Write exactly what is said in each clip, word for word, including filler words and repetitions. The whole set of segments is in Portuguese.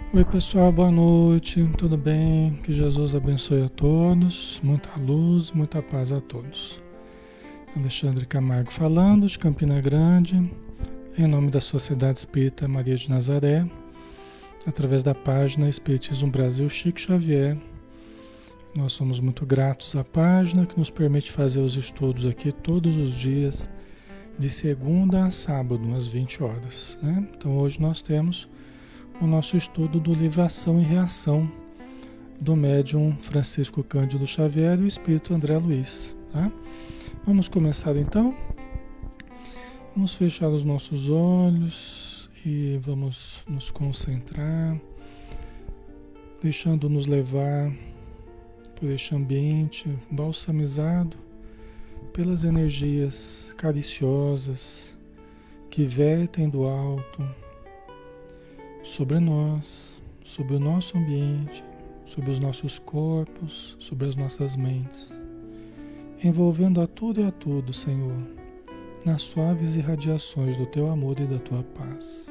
Oi pessoal, boa noite, tudo bem? Que Jesus abençoe a todos, muita luz, muita paz a todos. Alexandre Camargo falando de Campina Grande, em nome da Sociedade Espírita Maria de Nazaré, através da página Espiritismo Brasil Chico Xavier. Nós somos muito gratos à página que nos permite fazer os estudos aqui todos os dias, de segunda a sábado, às vinte horas, né? Então hoje nós temos o nosso estudo do livro Ação e Reação, do médium Francisco Cândido Xavier e o espírito André Luiz. Tá? Vamos começar então. Vamos fechar os nossos olhos e vamos nos concentrar, deixando-nos levar por este ambiente balsamizado pelas energias cariciosas que vertem do alto sobre nós, sobre o nosso ambiente, sobre os nossos corpos, sobre as nossas mentes, envolvendo a tudo e a tudo, Senhor, nas suaves irradiações do Teu amor e da Tua paz.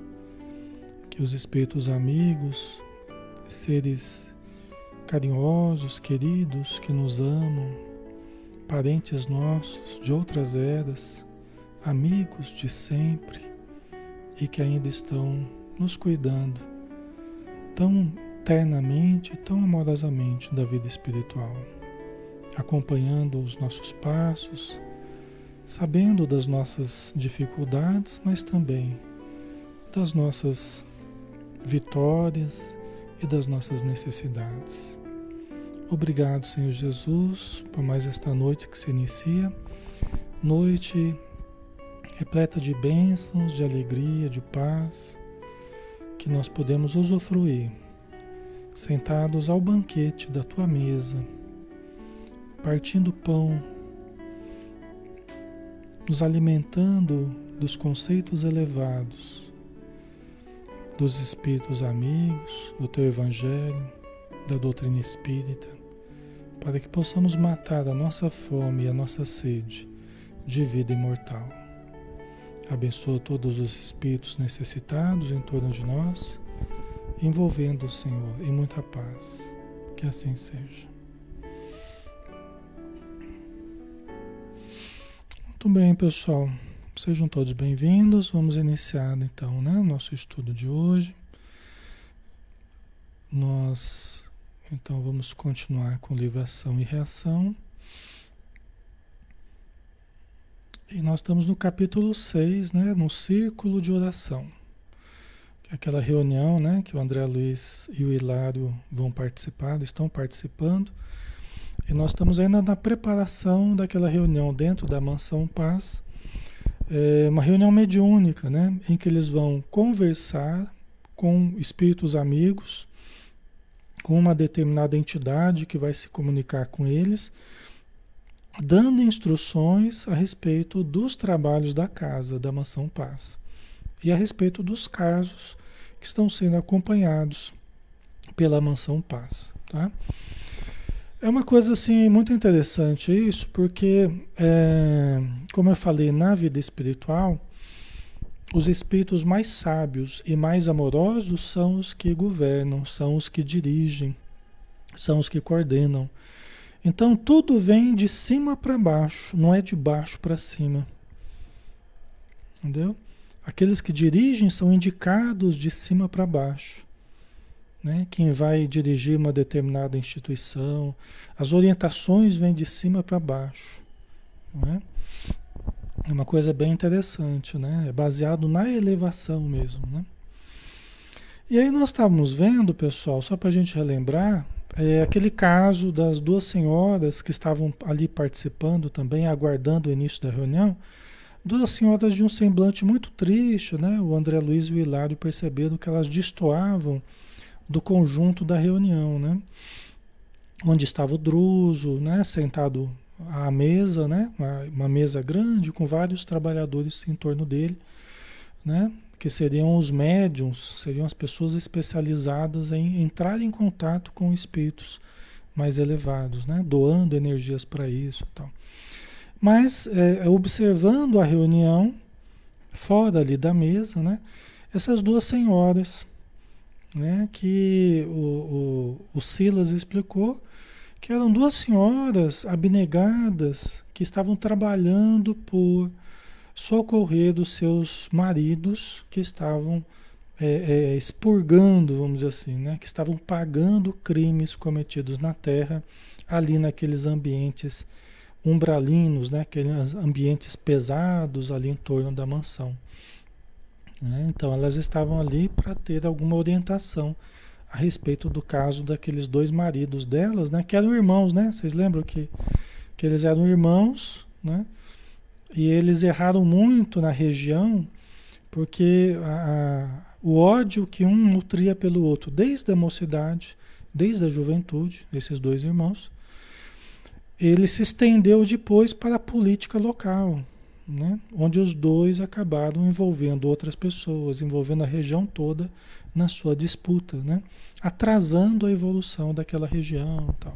Que os espíritos amigos, seres carinhosos, queridos, que nos amam, parentes nossos de outras eras, amigos de sempre e que ainda estão nos cuidando tão ternamente, tão amorosamente da vida espiritual, acompanhando os nossos passos, sabendo das nossas dificuldades, mas também das nossas vitórias e das nossas necessidades. Obrigado, Senhor Jesus, por mais esta noite que se inicia, noite repleta de bênçãos, de alegria, de paz, que nós podemos usufruir, sentados ao banquete da Tua mesa, partindo pão, nos alimentando dos conceitos elevados, dos espíritos amigos, do Teu Evangelho, da doutrina espírita, para que possamos matar a nossa fome e a nossa sede de vida imortal. Abençoa todos os espíritos necessitados em torno de nós, envolvendo o Senhor em muita paz. Que assim seja. Muito bem, pessoal. Sejam todos bem-vindos. Vamos iniciar então, né, o nosso estudo de hoje. Nós, então, vamos continuar com o livro Ação e Reação. E nós estamos no capítulo seis, né, no círculo de oração. Que é aquela reunião, né, que o André Luiz e o Hilário vão participar, estão participando. E nós estamos ainda na preparação daquela reunião dentro da Mansão Paz. É uma reunião mediúnica, né, em que eles vão conversar com espíritos amigos, com uma determinada entidade que vai se comunicar com eles, dando instruções a respeito dos trabalhos da casa, da Mansão Paz, e a respeito dos casos que estão sendo acompanhados pela Mansão Paz. Tá? É uma coisa assim muito interessante isso, porque, é, como eu falei, na vida espiritual, os espíritos mais sábios e mais amorosos são os que governam, são os que dirigem, são os que coordenam. Então tudo vem de cima para baixo, não é de baixo para cima. Entendeu? Aqueles que dirigem são indicados de cima para baixo. Né? Quem vai dirigir uma determinada instituição, as orientações vêm de cima para baixo. Não é? É uma coisa bem interessante, né? É baseado na elevação mesmo. Né? E aí nós estávamos vendo, pessoal, só para a gente relembrar, é aquele caso das duas senhoras que estavam ali participando também, aguardando o início da reunião, duas senhoras de um semblante muito triste, né? O André Luiz e o Hilário perceberam que elas destoavam do conjunto da reunião, né? Onde estava o Druso, né? Sentado à mesa, né? Uma, uma mesa grande com vários trabalhadores em torno dele, né? Que seriam os médiums, seriam as pessoas especializadas em entrar em contato com espíritos mais elevados, né? Doando energias para isso e tal. Mas, é, observando a reunião, fora ali da mesa, né? Essas duas senhoras, né, que o, o, o Silas explicou que eram duas senhoras abnegadas que estavam trabalhando por socorrer os seus maridos que estavam é, é, expurgando, vamos dizer assim, né, que estavam pagando crimes cometidos na terra, ali naqueles ambientes umbralinos, né, aqueles ambientes pesados ali em torno da mansão. Né? Então elas estavam ali para ter alguma orientação a respeito do caso daqueles dois maridos delas, né, que eram irmãos, né? Vocês lembram que, que eles eram irmãos, né? E eles erraram muito na região porque a, a, o ódio que um nutria pelo outro desde a mocidade, desde a juventude, esses dois irmãos, ele se estendeu depois para a política local, né? Onde os dois acabaram envolvendo outras pessoas, envolvendo a região toda na sua disputa, né? Atrasando a evolução daquela região e tal.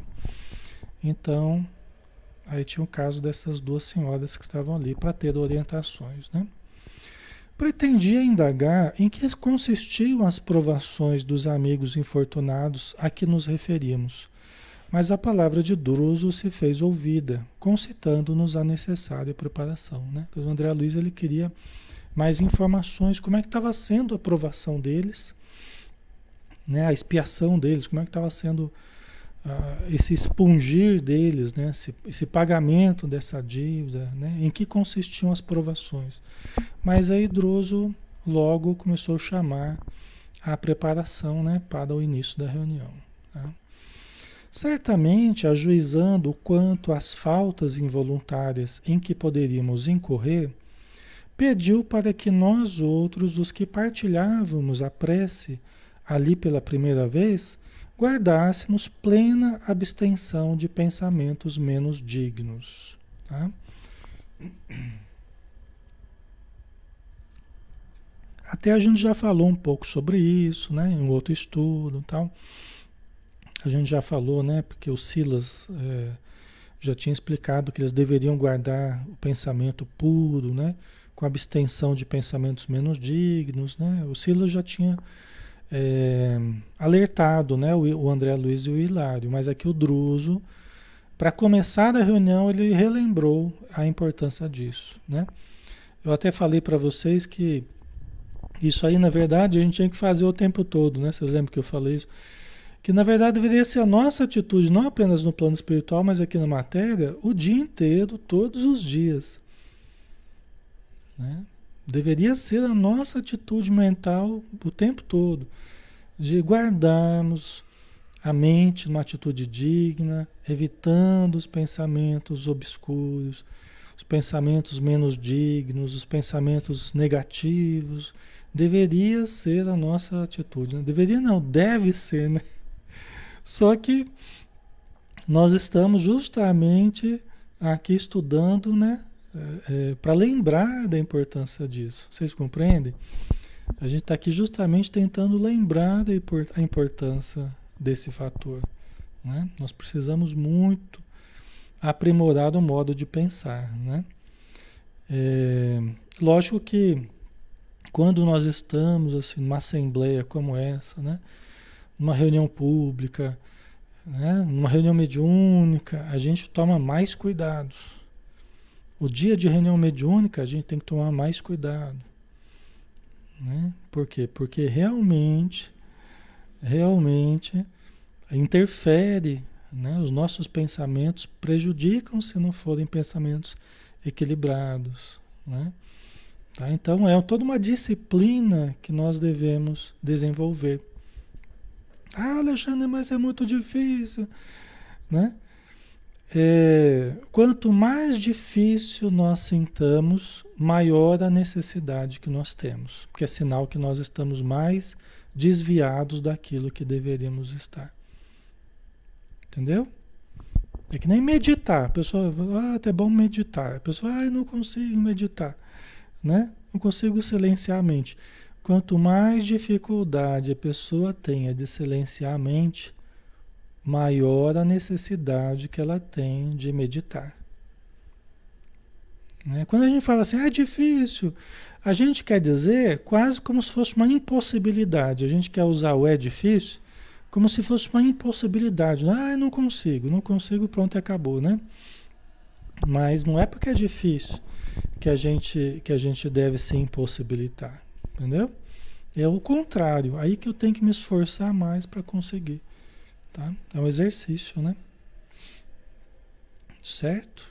Então, aí tinha o caso dessas duas senhoras que estavam ali para ter orientações, né? Pretendia indagar em que consistiam as provações dos amigos infortunados a que nos referimos, mas a palavra de Druso se fez ouvida, concitando-nos a necessária preparação, né? O André Luiz ele queria mais informações, como é que estava sendo a provação deles, né? A expiação deles, como é que estava sendo uh, esse expungir deles, né? Esse, esse pagamento dessa dívida, né? Em que consistiam as provações. Mas aí Druso logo começou a chamar a preparação, né, para o início da reunião. Tá? Certamente, ajuizando quanto às faltas involuntárias em que poderíamos incorrer, pediu para que nós outros, os que partilhávamos a prece ali pela primeira vez, guardássemos plena abstenção de pensamentos menos dignos. Tá? Até a gente já falou um pouco sobre isso, né, em outro estudo e tal. A gente já falou, né, porque o Silas é, já tinha explicado que eles deveriam guardar o pensamento puro, né, com abstenção de pensamentos menos dignos, né. O Silas já tinha é, alertado, né, o, o André Luiz e o Hilário, mas aqui o Druso, para começar a reunião, ele relembrou a importância disso, né. Eu até falei para vocês que isso aí, na verdade, a gente tinha que fazer o tempo todo, né? Vocês lembram que eu falei isso? Que na verdade deveria ser a nossa atitude, não apenas no plano espiritual, mas aqui na matéria, o dia inteiro, todos os dias. Né? Deveria ser a nossa atitude mental o tempo todo, de guardarmos a mente numa atitude digna, evitando os pensamentos obscuros, os pensamentos menos dignos, os pensamentos negativos. Deveria ser a nossa atitude. Né? Deveria não, deve ser, né? Só que nós estamos justamente aqui estudando, né? É, é, para lembrar da importância disso. Vocês compreendem? A gente está aqui justamente tentando lembrar da import a importância desse fator. Né? Nós precisamos muito aprimorar o modo de pensar. Né? É, lógico que quando nós estamos assim, numa assembleia como essa, né? Numa reunião pública, né? Numa reunião mediúnica, a gente toma mais cuidados. O dia de reunião mediúnica a gente tem que tomar mais cuidado. Né? Por quê? Porque realmente, realmente interfere, né? Os nossos pensamentos prejudicam se não forem pensamentos equilibrados. Né? Tá? Então é toda uma disciplina que nós devemos desenvolver. Ah, Alexandre, mas é muito difícil. Né? É, quanto mais difícil nós sintamos, maior a necessidade que nós temos. Porque é sinal que nós estamos mais desviados daquilo que deveríamos estar. Entendeu? É que nem meditar. A pessoa ah, é bom meditar. A pessoa, ah, eu não consigo meditar. Né? Não consigo silenciar a mente. Quanto mais dificuldade a pessoa tenha de silenciar a mente, maior a necessidade que ela tem de meditar. Né? Quando a gente fala assim, ah, é difícil, a gente quer dizer quase como se fosse uma impossibilidade. A gente quer usar o é difícil como se fosse uma impossibilidade. Ah, eu não consigo, não consigo, pronto, acabou, né? Mas não é porque é difícil que a gente, que a gente deve se impossibilitar, entendeu? É o contrário, aí que eu tenho que me esforçar mais para conseguir, tá? É um exercício, né? Certo?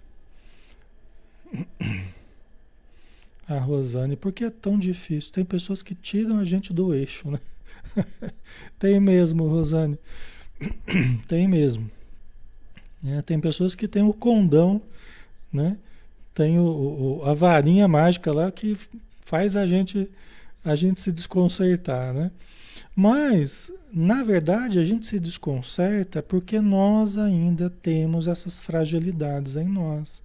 A Rosane, por que é tão difícil? Tem pessoas que tiram a gente do eixo, né? Tem mesmo, Rosane, tem mesmo. É, tem pessoas que têm o condão, né? Tem o, o- a varinha mágica lá que faz a gente, a gente se desconcertar, né? Mas, na verdade, a gente se desconcerta porque nós ainda temos essas fragilidades em nós,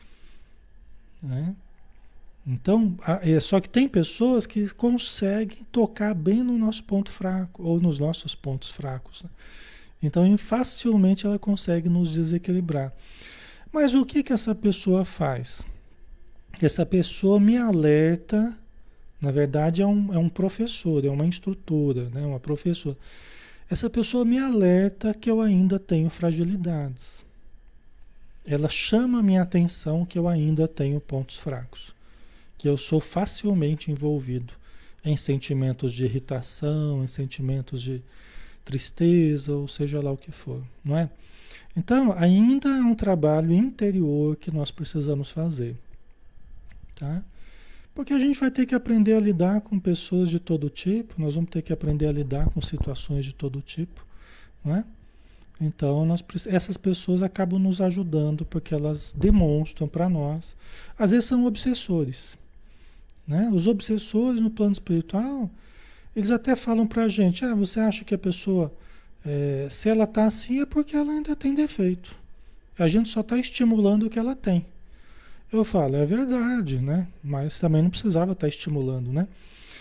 né? Então, a- é só que tem pessoas que conseguem tocar bem no nosso ponto fraco ou nos nossos pontos fracos, né? Então, facilmente ela consegue nos desequilibrar. Mas o que que essa pessoa faz? Essa pessoa me alerta, na verdade é um, é um professor, é uma instrutora, né? Uma professora. Essa pessoa me alerta que eu ainda tenho fragilidades. Ela chama a minha atenção que eu ainda tenho pontos fracos, que eu sou facilmente envolvido em sentimentos de irritação, em sentimentos de tristeza, ou seja lá o que for, não é? Então, ainda é um trabalho interior que nós precisamos fazer, tá? Porque a gente vai ter que aprender a lidar com pessoas de todo tipo, nós vamos ter que aprender a lidar com situações de todo tipo, não é? Então, nós, essas pessoas acabam nos ajudando porque elas demonstram para nós, às vezes são obsessores, né? Os obsessores no plano espiritual, eles até falam para a gente, ah, você acha que a pessoa, é, se ela está assim é porque ela ainda tem defeito. A gente só está estimulando o que ela tem. Eu falo, é verdade, né? Mas também não precisava estar estimulando, né?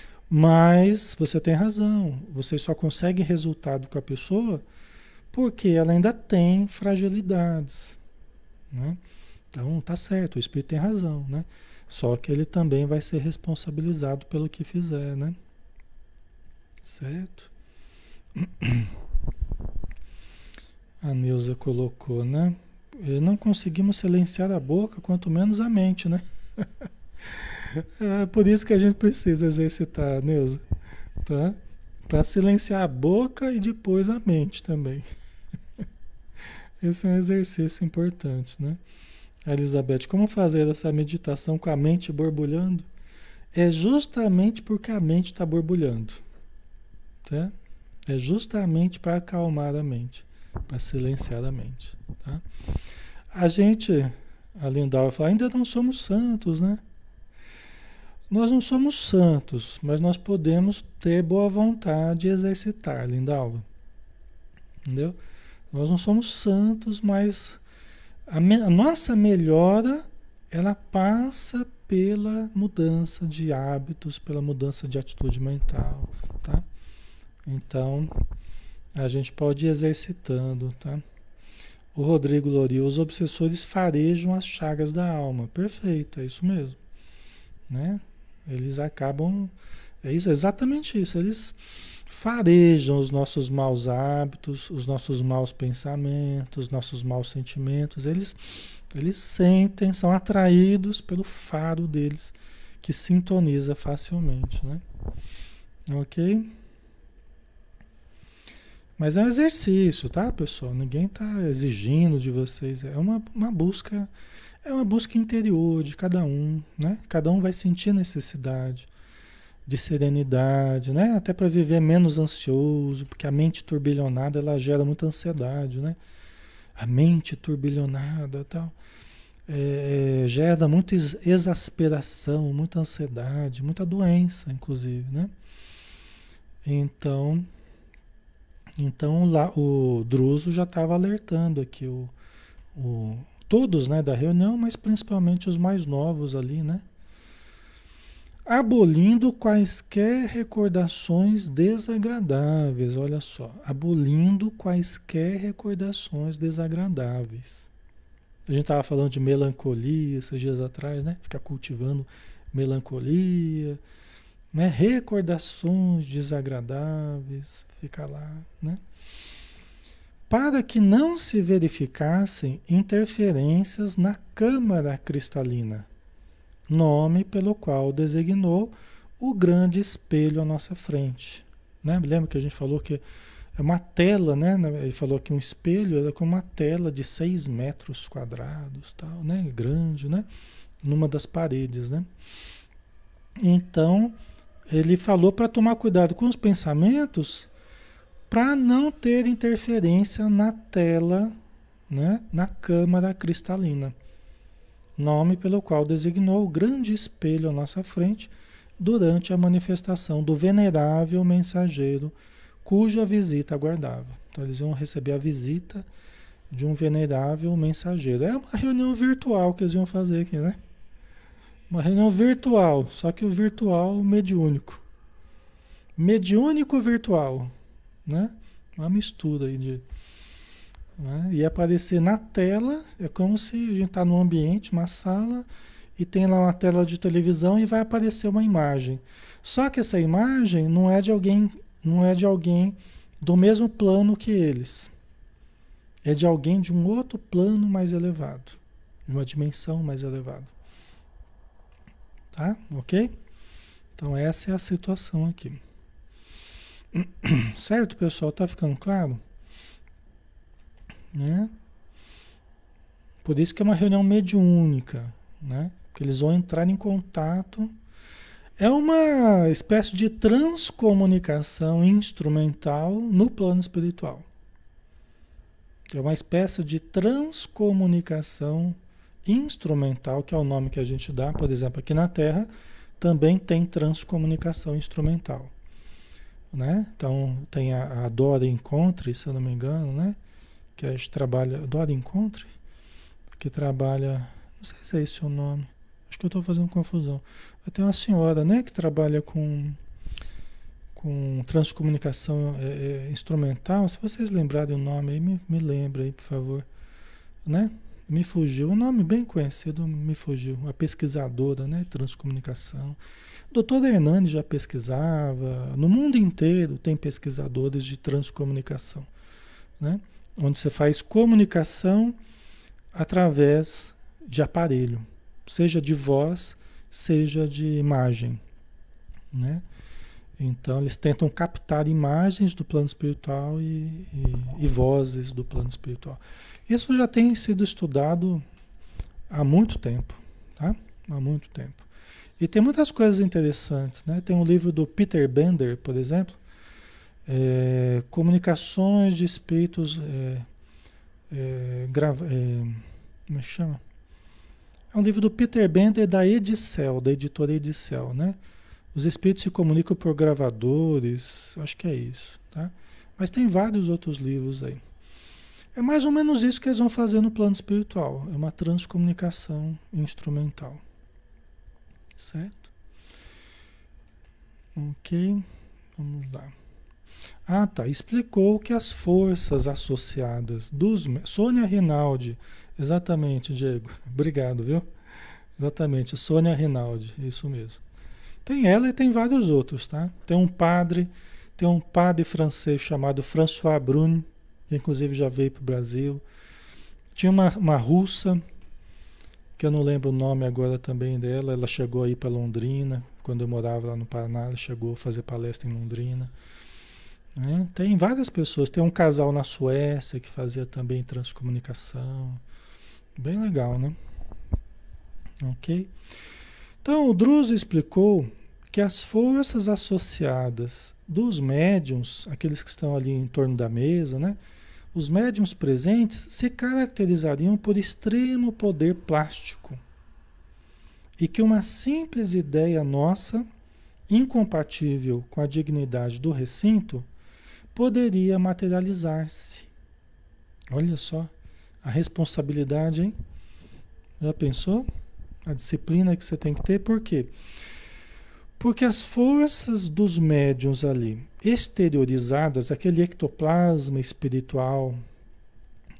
Mas você tem razão. Você só consegue resultado com a pessoa porque ela ainda tem fragilidades, né? Então tá certo, o espírito tem razão, né? Só que ele também vai ser responsabilizado pelo que fizer, né? Certo? A Neuza colocou, né? E não conseguimos silenciar a boca, quanto menos a mente, né? É por isso que a gente precisa exercitar, Neuza, tá? Para silenciar a boca e depois a mente também. Esse é um exercício importante, né? A Elizabeth, como fazer essa meditação com a mente borbulhando? É justamente porque a mente está borbulhando, tá? É justamente para acalmar a mente, para silenciar a mente, tá? A gente, a Lindauer fala, ainda não somos santos, né? Nós não somos santos, mas nós podemos ter boa vontade e exercitar, Lindauer, entendeu? Nós não somos santos, mas a, me, a nossa melhora, ela passa pela mudança de hábitos, pela mudança de atitude mental, tá? Então, a gente pode ir exercitando, tá? O Rodrigo Lori, os obsessores farejam as chagas da alma. Perfeito, é isso mesmo, né? Eles acabam, é isso, é exatamente isso. Eles farejam os nossos maus hábitos, os nossos maus pensamentos, os nossos maus sentimentos. Eles, eles sentem, são atraídos pelo faro deles, que sintoniza facilmente, né? Ok? Mas é um exercício, tá, pessoal? Ninguém está exigindo de vocês. É uma, uma busca, é uma busca interior de cada um, né? Cada um vai sentir necessidade de serenidade, né? Até para viver menos ansioso, porque a mente turbilhonada ela gera muita ansiedade, né? A mente turbilhonada, tal, é, é, gera muita ex- exasperação, muita ansiedade, muita doença, inclusive, né? Então Então lá o Druso já estava alertando aqui o, o, todos, né, da reunião, mas principalmente os mais novos ali, né? Abolindo quaisquer recordações desagradáveis, olha só, abolindo quaisquer recordações desagradáveis. A gente estava falando de melancolia esses dias atrás, né? Ficar cultivando melancolia, né? Recordações desagradáveis, ficar lá, né? Para que não se verificassem interferências na câmara cristalina, nome pelo qual designou o grande espelho à nossa frente. Né? Lembra que a gente falou que é uma tela, né? Ele falou que um espelho é como uma tela de seis metros quadrados, tal, né? Grande, né? Numa das paredes, né? Então, ele falou para tomar cuidado com os pensamentos para não ter interferência na tela, né? Na câmara cristalina. Nome pelo qual designou o grande espelho à nossa frente durante a manifestação do venerável mensageiro cuja visita aguardava. Então eles iam receber a visita de um venerável mensageiro. É uma reunião virtual que eles iam fazer aqui, né? Uma reunião virtual, só que o virtual mediúnico. Mediúnico virtual, né? Uma mistura aí de... Né? E aparecer na tela, é como se a gente está num ambiente, uma sala, e tem lá uma tela de televisão e vai aparecer uma imagem. Só que essa imagem não é de alguém, não é de alguém do mesmo plano que eles. É de alguém de um outro plano mais elevado, de uma dimensão mais elevada. Tá? Ok? Então essa é a situação aqui. Certo, pessoal? Tá ficando claro? Né? Por isso que é uma reunião mediúnica, né? Porque eles vão entrar em contato. É uma espécie de transcomunicação instrumental no plano espiritual. É uma espécie de transcomunicação instrumental, que é o nome que a gente dá, por exemplo, aqui na Terra, também tem transcomunicação instrumental. Né? Então, tem a, a Dora Encontre, se eu não me engano, né? Que a gente trabalha... Dora Encontre? Que trabalha... Não sei se é esse o nome. Acho que eu estou fazendo confusão. Tem uma senhora, né, que trabalha com, com transcomunicação é, é, instrumental. Se vocês lembrarem o nome aí, me, me lembra aí, por favor. Né? Me fugiu. Um nome bem conhecido me fugiu. A pesquisadora, né, transcomunicação. Doutora Hernani já pesquisava. No mundo inteiro tem pesquisadores de transcomunicação, né? Onde você faz comunicação através de aparelho, seja de voz, seja de imagem, né? Então eles tentam captar imagens do plano espiritual e, e, e vozes do plano espiritual. Isso já tem sido estudado há muito tempo, tá? Há muito tempo. E tem muitas coisas interessantes, né? Tem um livro do Peter Bender, por exemplo, é, Comunicações de Espíritos, é, é, grava, é, como é que chama? É um livro do Peter Bender da Edicel, da editora Edicel, né? Os espíritos se comunicam por gravadores, acho que é isso, tá? Mas tem vários outros livros aí. É mais ou menos isso que eles vão fazer no plano espiritual, é uma transcomunicação instrumental. Certo? Ok, vamos lá. Ah, tá. Explicou que as forças associadas dos... Sônia Rinaldi, exatamente, Diego. Obrigado, viu? Exatamente, Sônia Rinaldi, isso mesmo. Tem ela e tem vários outros, tá? Tem um padre, tem um padre francês chamado François Brune, que inclusive já veio para o Brasil. Tinha uma, uma russa, que eu não lembro o nome agora também dela, ela chegou aí para Londrina, quando eu morava lá no Paraná, ela chegou a fazer palestra em Londrina. Né? Tem várias pessoas, tem um casal na Suécia que fazia também transcomunicação, bem legal, né? Ok? Então, o Druso explicou que as forças associadas dos médiuns, aqueles que estão ali em torno da mesa, né? Os médiuns presentes se caracterizariam por extremo poder plástico e que uma simples ideia nossa, incompatível com a dignidade do recinto, poderia materializar-se. Olha só a responsabilidade, hein? Já pensou? A disciplina que você tem que ter, por quê? Porque as forças dos médiuns ali, exteriorizadas, aquele ectoplasma espiritual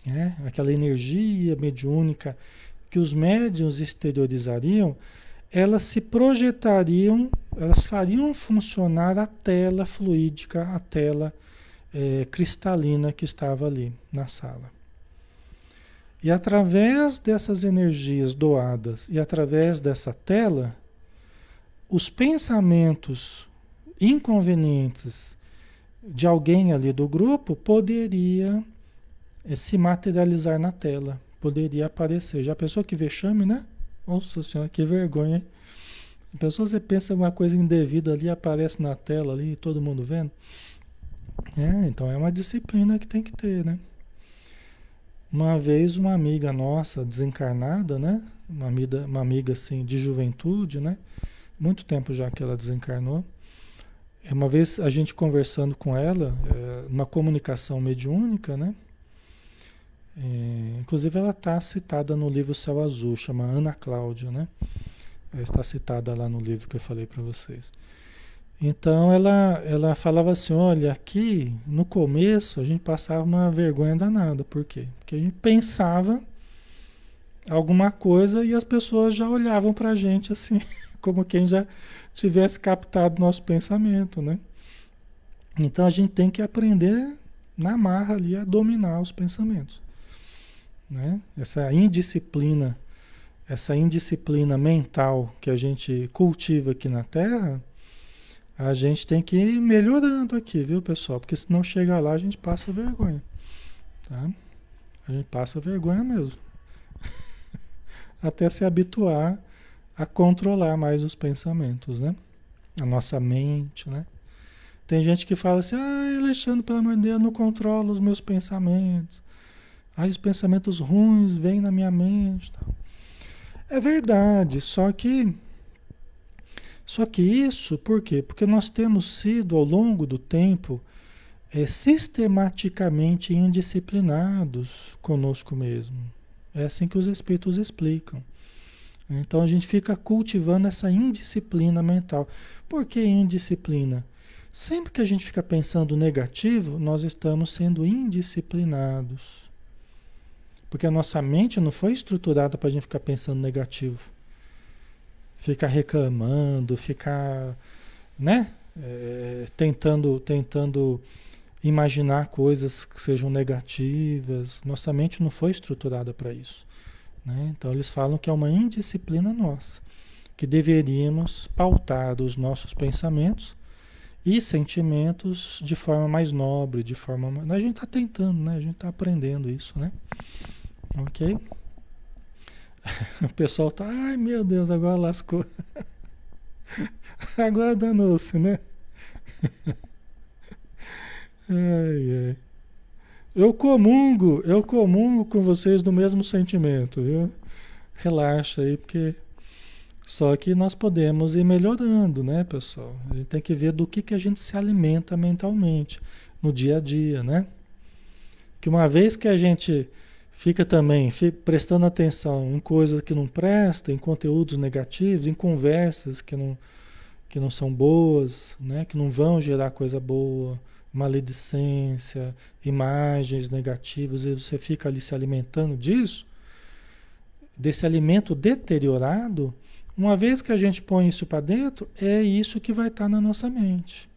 né? Aquela energia mediúnica que os médiuns exteriorizariam, elas se projetariam, elas fariam funcionar a tela fluídica, a tela é, cristalina que estava ali na sala. E através dessas energias doadas e através dessa tela, os pensamentos inconvenientes de alguém ali do grupo poderia é, se materializar na tela, poderia aparecer. Já pensou que vexame, né? Nossa Senhora, que vergonha, hein? A pessoa, você pensa uma coisa indevida ali, aparece na tela ali, todo mundo vendo. É, então é uma disciplina que tem que ter, né? Uma vez uma amiga nossa, desencarnada, né? Uma amiga, uma amiga assim, de juventude, né? Muito tempo já que ela desencarnou. Uma vez a gente conversando com ela, é, uma comunicação mediúnica, né? É, inclusive ela está citada no livro Céu Azul, chama Ana Cláudia, né? Ela está citada lá no livro que eu falei para vocês. Então ela, ela falava assim, olha, aqui no começo a gente passava uma vergonha danada. Por quê? Porque a gente pensava alguma coisa e as pessoas já olhavam para a gente assim, como quem já tivesse captado nosso pensamento, né? Então a gente tem que aprender na marra ali a dominar os pensamentos, né? Essa indisciplina, essa indisciplina mental que a gente cultiva aqui na Terra, a gente tem que ir melhorando aqui, viu, pessoal? Porque se não chegar lá, a gente passa vergonha, tá? A gente passa vergonha mesmo. Até se habituar a controlar mais os pensamentos, né? A nossa mente, né? Tem gente que fala assim, ah, Alexandre, pelo amor de Deus, eu não controlo os meus pensamentos. Aí os pensamentos ruins vêm na minha mente. Tal. É verdade, só que Só que isso, por quê? Porque nós temos sido, ao longo do tempo, é, sistematicamente indisciplinados conosco mesmo. É assim que os espíritos explicam. Então a gente fica cultivando essa indisciplina mental. Por que indisciplina? Sempre que a gente fica pensando negativo, nós estamos sendo indisciplinados. Porque a nossa mente não foi estruturada para a gente ficar pensando negativo. Ficar reclamando, ficar, né? É, tentando, tentando imaginar coisas que sejam negativas. Nossa mente não foi estruturada para isso, né? Então eles falam que é uma indisciplina nossa, que deveríamos pautar os nossos pensamentos e sentimentos de forma mais nobre, de forma... A gente está tentando, né? A gente está aprendendo isso, né? Ok? O pessoal tá, ai meu Deus, agora lascou. Agora danou-se, né? Ai, ai. Eu comungo, eu comungo com vocês do mesmo sentimento, viu? Relaxa aí, porque só que nós podemos ir melhorando, né, pessoal? A gente tem que ver do que, que a gente se alimenta mentalmente no dia a dia, né? Que uma vez que a gente fica também fica prestando atenção em coisas que não prestam, em conteúdos negativos, em conversas que não, que não são boas, né? Que não vão gerar coisa boa, maledicência, imagens negativas, e você fica ali se alimentando disso, desse alimento deteriorado. Uma vez que a gente põe isso para dentro, é isso que vai estar na nossa mente.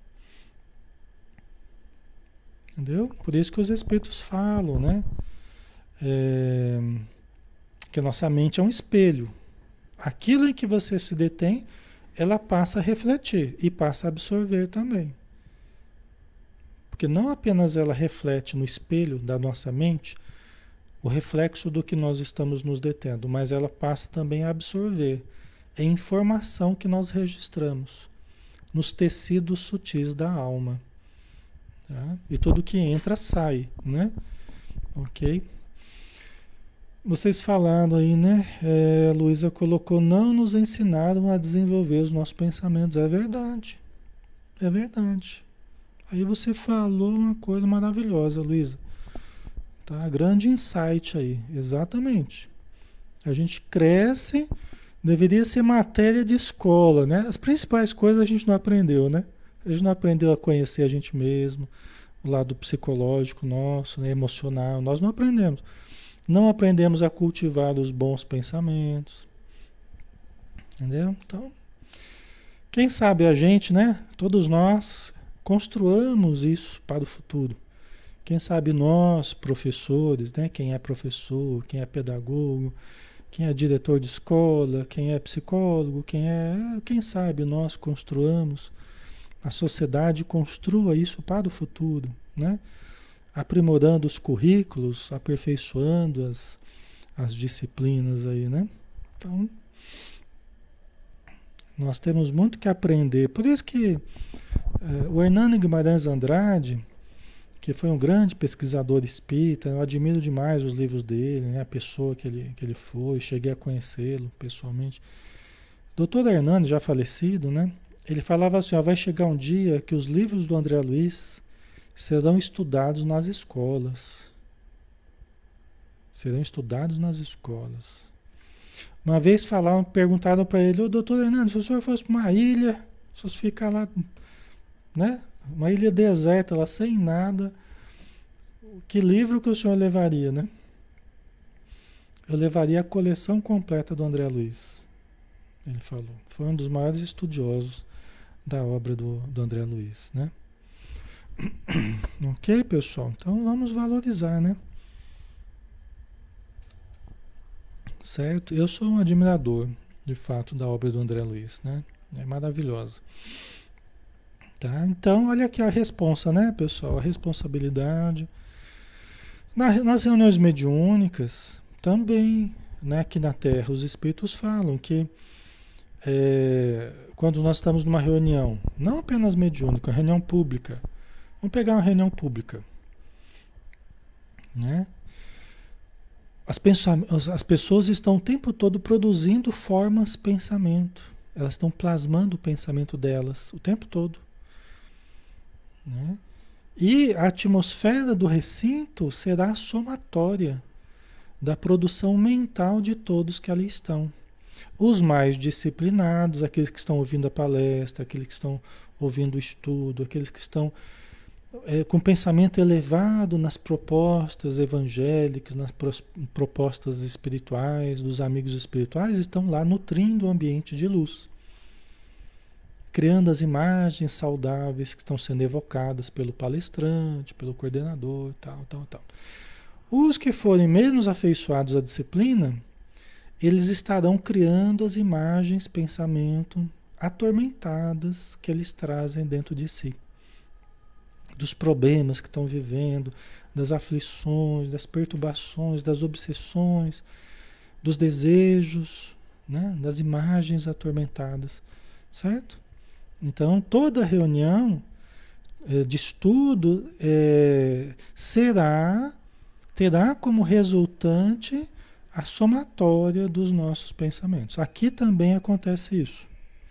Entendeu? Por isso que os espíritos falam, né? É, que a nossa mente é um espelho. Aquilo em que você se detém, ela passa a refletir e passa a absorver também. Porque não apenas ela reflete no espelho da nossa mente o reflexo do que nós estamos nos detendo, mas ela passa também a absorver a informação que nós registramos nos tecidos sutis da alma. Tá? E tudo que entra sai, né? Ok? Vocês falando aí, né? É, a Luísa colocou, não nos ensinaram a desenvolver os nossos pensamentos. É verdade. É verdade. Aí você falou uma coisa maravilhosa, Luísa. Tá? Grande insight aí. Exatamente. A gente cresce, deveria ser matéria de escola, né? As principais coisas a gente não aprendeu, né? A gente não aprendeu a conhecer a gente mesmo, o lado psicológico nosso, né, emocional. Nós não aprendemos. Não aprendemos a cultivar os bons pensamentos. Entendeu? Então, quem sabe a gente, né? Todos nós construamos isso para o futuro. Quem sabe nós, professores, né? Quem é professor, quem é pedagogo, quem é diretor de escola, quem é psicólogo, quem é, quem sabe nós construamos, a sociedade construa isso para o futuro, né? Aprimorando os currículos, aperfeiçoando as, as disciplinas aí, né? Então, nós temos muito que aprender. Por isso que eh, o Hernando Guimarães Andrade, que foi um grande pesquisador espírita, eu admiro demais os livros dele, né? A pessoa que ele, que ele foi, cheguei a conhecê-lo pessoalmente. doutor Hernando, já falecido, né? Ele falava assim, ó, vai chegar um dia que os livros do André Luiz serão estudados nas escolas. Serão estudados nas escolas. Uma vez falaram, perguntaram para ele, ô doutor Hernando, se o senhor fosse para uma ilha, se fosse ficar lá, né? Uma ilha deserta, lá sem nada, que livro que o senhor levaria, né? Eu levaria a coleção completa do André Luiz. Ele falou. Foi um dos maiores estudiosos da obra do, do André Luiz, né? Ok, pessoal? Então vamos valorizar, né? Certo? Eu sou um admirador, de fato, da obra do André Luiz, né? É maravilhosa. Tá? Então, olha aqui a responsa, né, pessoal? A responsabilidade. Na, nas reuniões mediúnicas, também, né, aqui na Terra, os espíritos falam que é, quando nós estamos numa reunião, não apenas mediúnica, reunião pública. Vamos pegar uma reunião pública, né? As, as pessoas estão o tempo todo produzindo formas pensamento. Elas estão plasmando o pensamento delas o tempo todo. Né? E a atmosfera do recinto será somatória da produção mental de todos que ali estão. Os mais disciplinados, aqueles que estão ouvindo a palestra, aqueles que estão ouvindo o estudo, aqueles que estão é, com pensamento elevado nas propostas evangélicas, nas pro, propostas espirituais, dos amigos espirituais, estão lá nutrindo o ambiente de luz. Criando as imagens saudáveis que estão sendo evocadas pelo palestrante, pelo coordenador, tal, tal, tal. Os que forem menos afeiçoados à disciplina, eles estarão criando as imagens, pensamento atormentadas que eles trazem dentro de si. Dos problemas que estão vivendo, das aflições, das perturbações, das obsessões, dos desejos, né? Das imagens atormentadas, certo? Então, toda reunião é, de estudo é, será, terá como resultante a somatória dos nossos pensamentos. Aqui também acontece isso.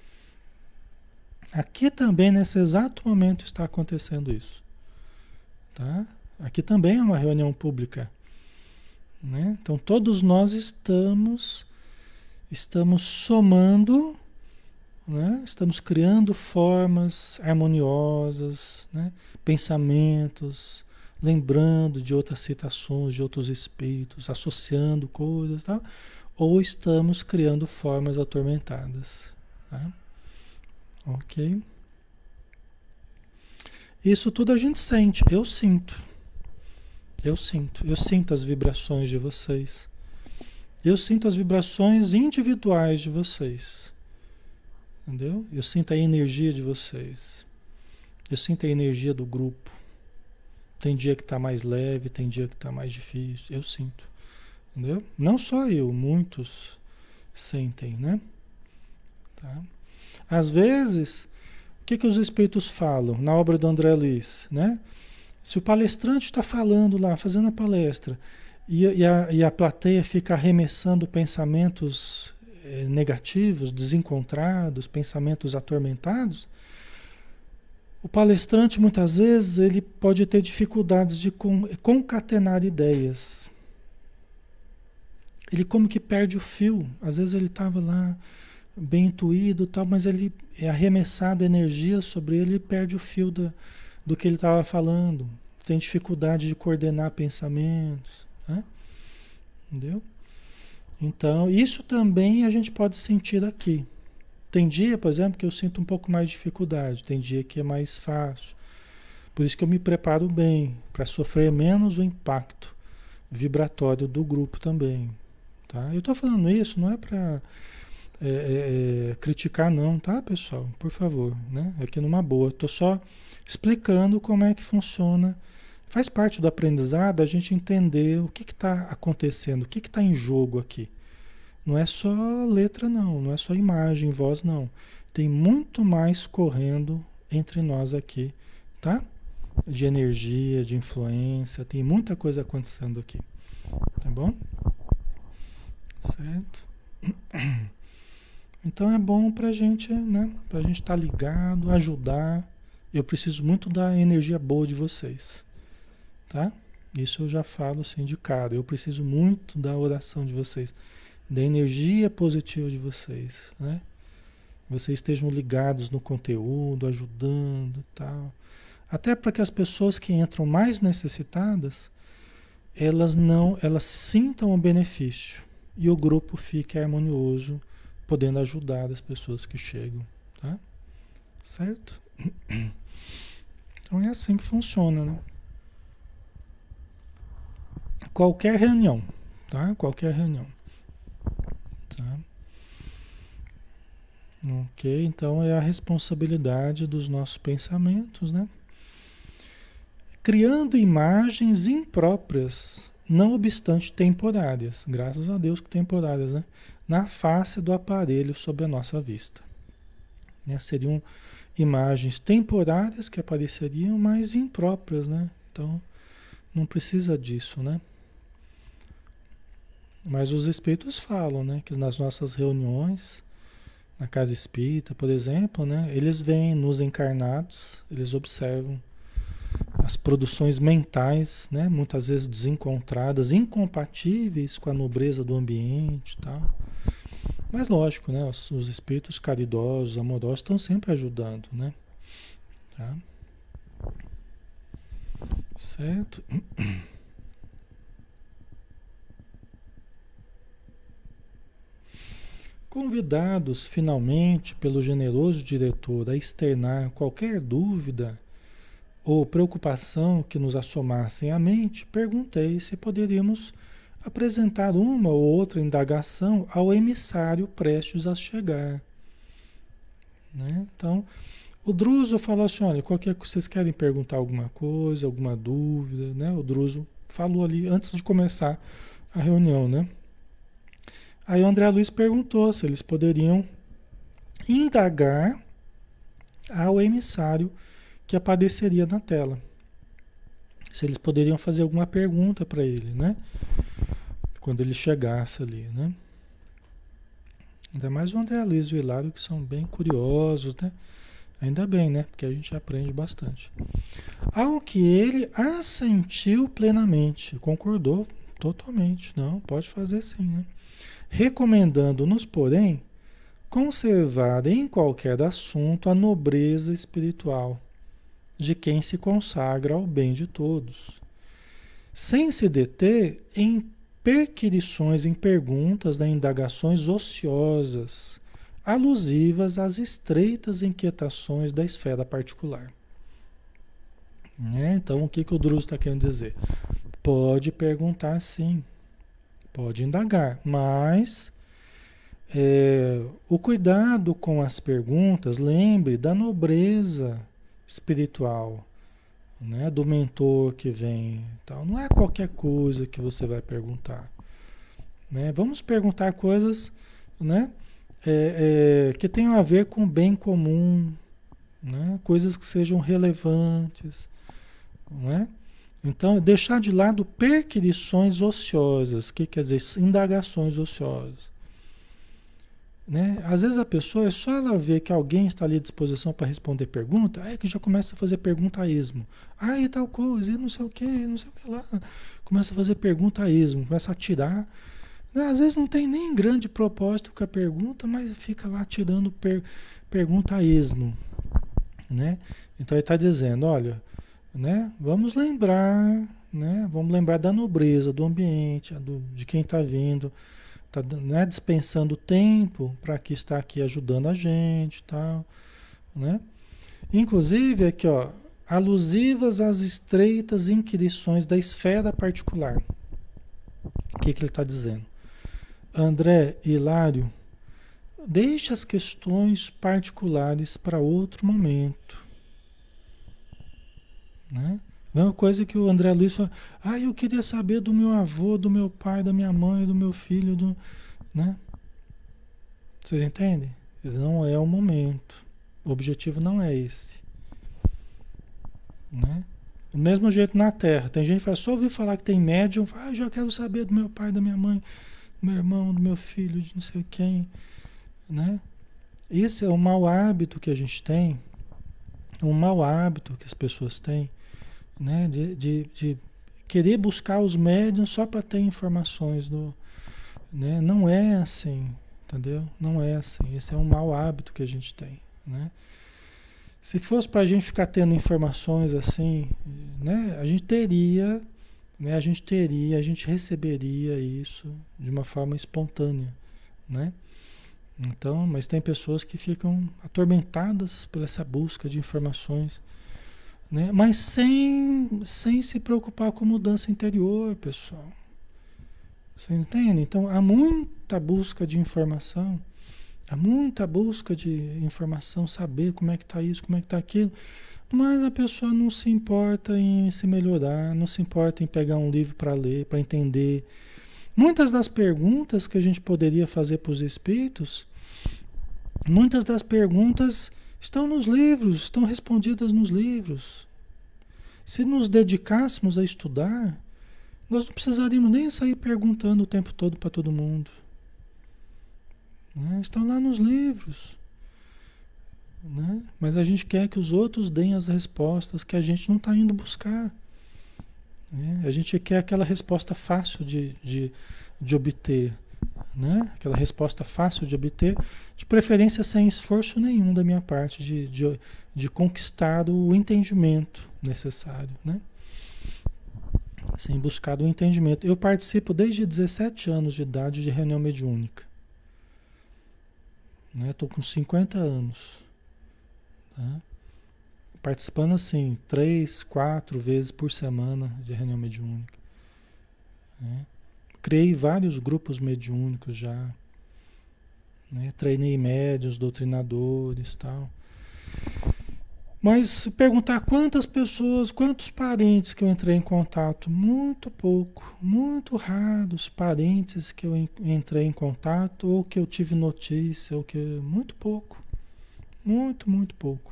Aqui também, nesse exato momento, está acontecendo isso. Tá? Aqui também é uma reunião pública. Né? Então, todos nós estamos, estamos somando, né? Estamos criando formas harmoniosas, né? Pensamentos, lembrando de outras citações, de outros espíritos, associando coisas, tá? Ou estamos criando formas atormentadas. Tá? Ok? Isso tudo a gente sente, eu sinto. Eu sinto, eu sinto as vibrações de vocês. Eu sinto as vibrações individuais de vocês. Entendeu? Eu sinto a energia de vocês. Eu sinto a energia do grupo. Tem dia que está mais leve, tem dia que está mais difícil. Eu sinto. Entendeu? Não só eu, muitos sentem, né? Tá? Às vezes, o que, que os espíritos falam na obra do André Luiz, né? Se o palestrante está falando lá, fazendo a palestra, e, e, a, e a plateia fica arremessando pensamentos eh, negativos, desencontrados, pensamentos atormentados, o palestrante muitas vezes ele pode ter dificuldades de con, concatenar ideias. Ele como que perde o fio. Às vezes ele estava lá bem intuído, tal, mas ele é arremessado energia sobre ele e perde o fio da, do que ele estava falando, tem dificuldade de coordenar pensamentos, né? Entendeu? Então, isso também a gente pode sentir aqui. Tem dia, por exemplo, que eu sinto um pouco mais de dificuldade, tem dia que é mais fácil. Por isso que eu me preparo bem, para sofrer menos o impacto vibratório do grupo também. Tá? Eu estou falando isso, não é para é, é, é, criticar não, tá, pessoal? Por favor, né? Aqui numa boa. Estou só explicando como é que funciona. Faz parte do aprendizado a gente entender o que está acontecendo, o que está em jogo aqui. Não é só letra não, não é só imagem, voz não. Tem muito mais correndo entre nós aqui, tá? De energia, de influência, tem muita coisa acontecendo aqui, tá bom? Certo? Então é bom pra gente, né? Pra gente estar ligado, ajudar. Eu preciso muito da energia boa de vocês, tá? Isso eu já falo assim de cara. Eu preciso muito da oração de vocês, da energia positiva de vocês, né? Vocês estejam ligados no conteúdo, ajudando, tal. Até para que as pessoas que entram mais necessitadas, elas não, elas sintam o benefício e o grupo fique harmonioso, podendo ajudar as pessoas que chegam, tá? Certo? Então é assim que funciona, né? Qualquer reunião, tá? Qualquer reunião. Tá? Ok, então é a responsabilidade dos nossos pensamentos, né? Criando imagens impróprias, não obstante temporárias, graças a Deus que temporárias, né? Na face do aparelho sob a nossa vista. Né? Seriam imagens temporárias que apareceriam, mas impróprias, né? Então, não precisa disso, né? Mas os espíritos falam, né? Que nas nossas reuniões, na casa espírita, por exemplo, né? Eles veem nos encarnados, eles observam as produções mentais, né, muitas vezes desencontradas, incompatíveis com a nobreza do ambiente e tal. Mas lógico, né, os, os espíritos caridosos, amorosos estão sempre ajudando, né? Tá? Certo? Convidados finalmente pelo generoso diretor a externar qualquer dúvida ou preocupação que nos assomassem à mente, perguntei se poderíamos apresentar uma ou outra indagação ao emissário prestes a chegar. Né? Então, o Druso falou assim, olha, qualquer que vocês querem perguntar alguma coisa, alguma dúvida, né? O Druso falou ali antes de começar a reunião, né? Aí o André Luiz perguntou se eles poderiam indagar ao emissário que apareceria na tela. Se eles poderiam fazer alguma pergunta para ele, né? Quando ele chegasse ali, né? Ainda mais o André Luiz e o Hilário, que são bem curiosos, né? Ainda bem, né? Porque a gente aprende bastante. Ao que ele assentiu plenamente, concordou totalmente. Não, pode fazer sim, né? Recomendando-nos, porém, conservar em qualquer assunto a nobreza espiritual de quem se consagra ao bem de todos, sem se deter em perquirições, em perguntas, né, indagações ociosas, alusivas às estreitas inquietações da esfera particular. Né? Então, o que, que o Druso está querendo dizer? Pode perguntar sim, pode indagar, mas é, o cuidado com as perguntas, lembre da nobreza espiritual, né, do mentor que vem, tal. Não é qualquer coisa que você vai perguntar, né? Vamos perguntar coisas, né, é, é, que tenham a ver com o bem comum, né? Coisas que sejam relevantes, né? Então, deixar de lado perquirições ociosas, que quer dizer indagações ociosas. Né? Às vezes a pessoa, é só ela ver que alguém está ali à disposição para responder pergunta, aí que já começa a fazer pergunta a esmo. Ah, e tal coisa, e não sei o que, não sei o que lá. Começa a fazer pergunta a esmo, começa a tirar. Né? Às vezes não tem nem grande propósito com a pergunta, mas fica lá tirando per, pergunta a esmo. Né? Então ele está dizendo, olha, né? Vamos lembrar, né? Vamos lembrar da nobreza do ambiente, do, de quem está vindo, está, né, dispensando tempo para que está aqui ajudando a gente, tal, né? Inclusive aqui, ó, alusivas às estreitas inquirições da esfera particular. O que que ele está dizendo? André, Hilário, deixe as questões particulares para outro momento, né? Mesma coisa que o André Luiz falou, ah, eu queria saber do meu avô, do meu pai, da minha mãe, do meu filho, do, né? Vocês entendem? Não é o momento. O objetivo não é esse, né? Do mesmo jeito na Terra. Tem gente que fala, só ouviu falar que tem médium, ah, já quero saber do meu pai, da minha mãe, do meu irmão, do meu filho, de não sei quem, né? Esse é um mau hábito que a gente tem, um mau hábito que as pessoas têm, né? De, de, de querer buscar os médiums só para ter informações do, né? Não é assim, entendeu? Não é assim. Esse é um mau hábito que a gente tem, né? Se fosse para a gente ficar tendo informações assim, né? A gente teria, né? A gente teria, a gente receberia isso de uma forma espontânea, né? Então, mas tem pessoas que ficam atormentadas por essa busca de informações, né? Mas sem, sem se preocupar com mudança interior, pessoal. Você entende? Então, há muita busca de informação, há muita busca de informação, saber como é que está isso, como é que está aquilo, mas a pessoa não se importa em se melhorar, não se importa em pegar um livro para ler, para entender. Muitas das perguntas que a gente poderia fazer para os espíritos, muitas das perguntas estão nos livros, estão respondidas nos livros. Se nos dedicássemos a estudar, nós não precisaríamos nem sair perguntando o tempo todo para todo mundo, né? Estão lá nos livros, né? Mas a gente quer que os outros deem as respostas que a gente não está indo buscar, né? A gente quer aquela resposta fácil de, de, de obter, né? Aquela resposta fácil de obter, de preferência sem esforço nenhum da minha parte de, de, de conquistar o entendimento necessário, né? Sem buscar o entendimento. Eu participo desde dezessete anos de idade de reunião mediúnica, né? Estou com cinquenta anos, tá? Participando assim, três, quatro vezes por semana de reunião mediúnica, né? Criei vários grupos mediúnicos já, né? Treinei médiuns, doutrinadores e tal. Mas se perguntar quantas pessoas, quantos parentes que eu entrei em contato, muito pouco, muito raros parentes que eu entrei em contato, ou que eu tive notícia, ou que muito pouco, muito, muito pouco,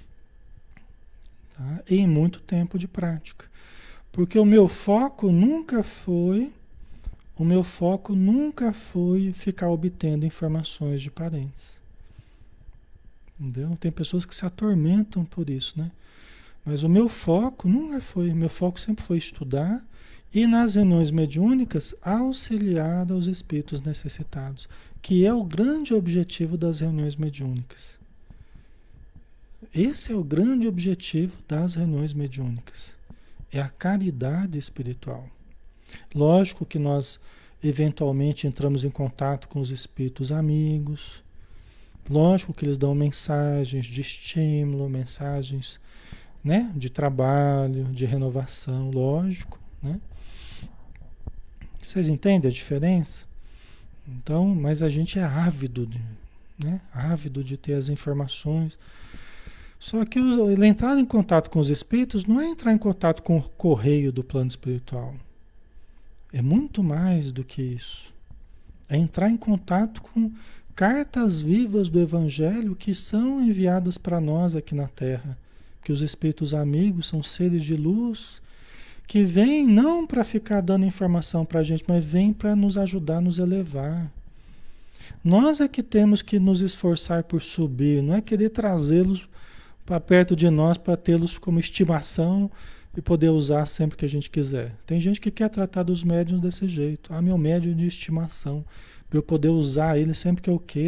tá? E muito tempo de prática, porque o meu foco nunca foi, o meu foco nunca foi ficar obtendo informações de parentes. Entendeu? Tem pessoas que se atormentam por isso, né? Mas o meu foco nunca foi, meu foco sempre foi estudar e nas reuniões mediúnicas auxiliar aos espíritos necessitados, que é o grande objetivo das reuniões mediúnicas. Esse é o grande objetivo das reuniões mediúnicas. É a caridade espiritual. Lógico que nós eventualmente entramos em contato com os espíritos amigos. Lógico que eles dão mensagens de estímulo, mensagens, né, de trabalho, de renovação, lógico, né? Vocês entendem a diferença? Então, mas a gente é ávido, de, né, ávido de ter as informações. Só que ele entrar em contato com os espíritos não é entrar em contato com o correio do plano espiritual. É muito mais do que isso. É entrar em contato com cartas vivas do Evangelho que são enviadas para nós aqui na Terra. Que os espíritos amigos são seres de luz que vêm não para ficar dando informação para a gente, mas vêm para nos ajudar a nos elevar. Nós é que temos que nos esforçar por subir, não é querer trazê-los para perto de nós para tê-los como estimação e poder usar sempre que a gente quiser. Tem gente que quer tratar dos médiuns desse jeito. Ah, meu médium de estimação, para eu poder usar ele sempre que eu queira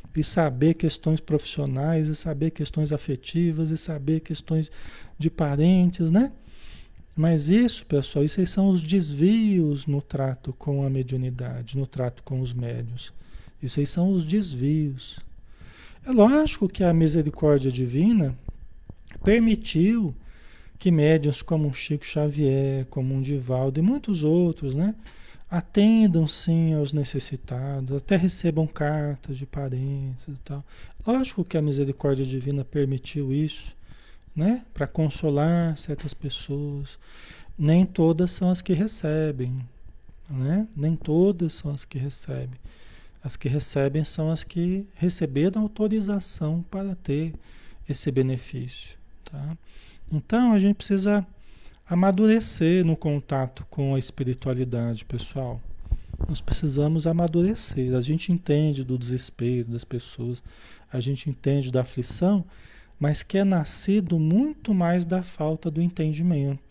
e saber questões profissionais, e saber questões afetivas, e saber questões de parentes, né? Mas isso, pessoal, isso aí são os desvios no trato com a mediunidade, no trato com os médiuns. Isso aí são os desvios. É lógico que a misericórdia divina permitiu que médiuns como um Chico Xavier, como um Divaldo e muitos outros, né, atendam sim aos necessitados, até recebam cartas de parentes e tal. Lógico que a misericórdia divina permitiu isso, né, para consolar certas pessoas. Nem todas são as que recebem, né? Nem todas são as que recebem. As que recebem são as que receberam autorização para ter esse benefício, tá? Então a gente precisa amadurecer no contato com a espiritualidade, pessoal. Nós precisamos amadurecer. A gente entende do desespero das pessoas, a gente entende da aflição, mas que é nascido muito mais da falta do entendimento.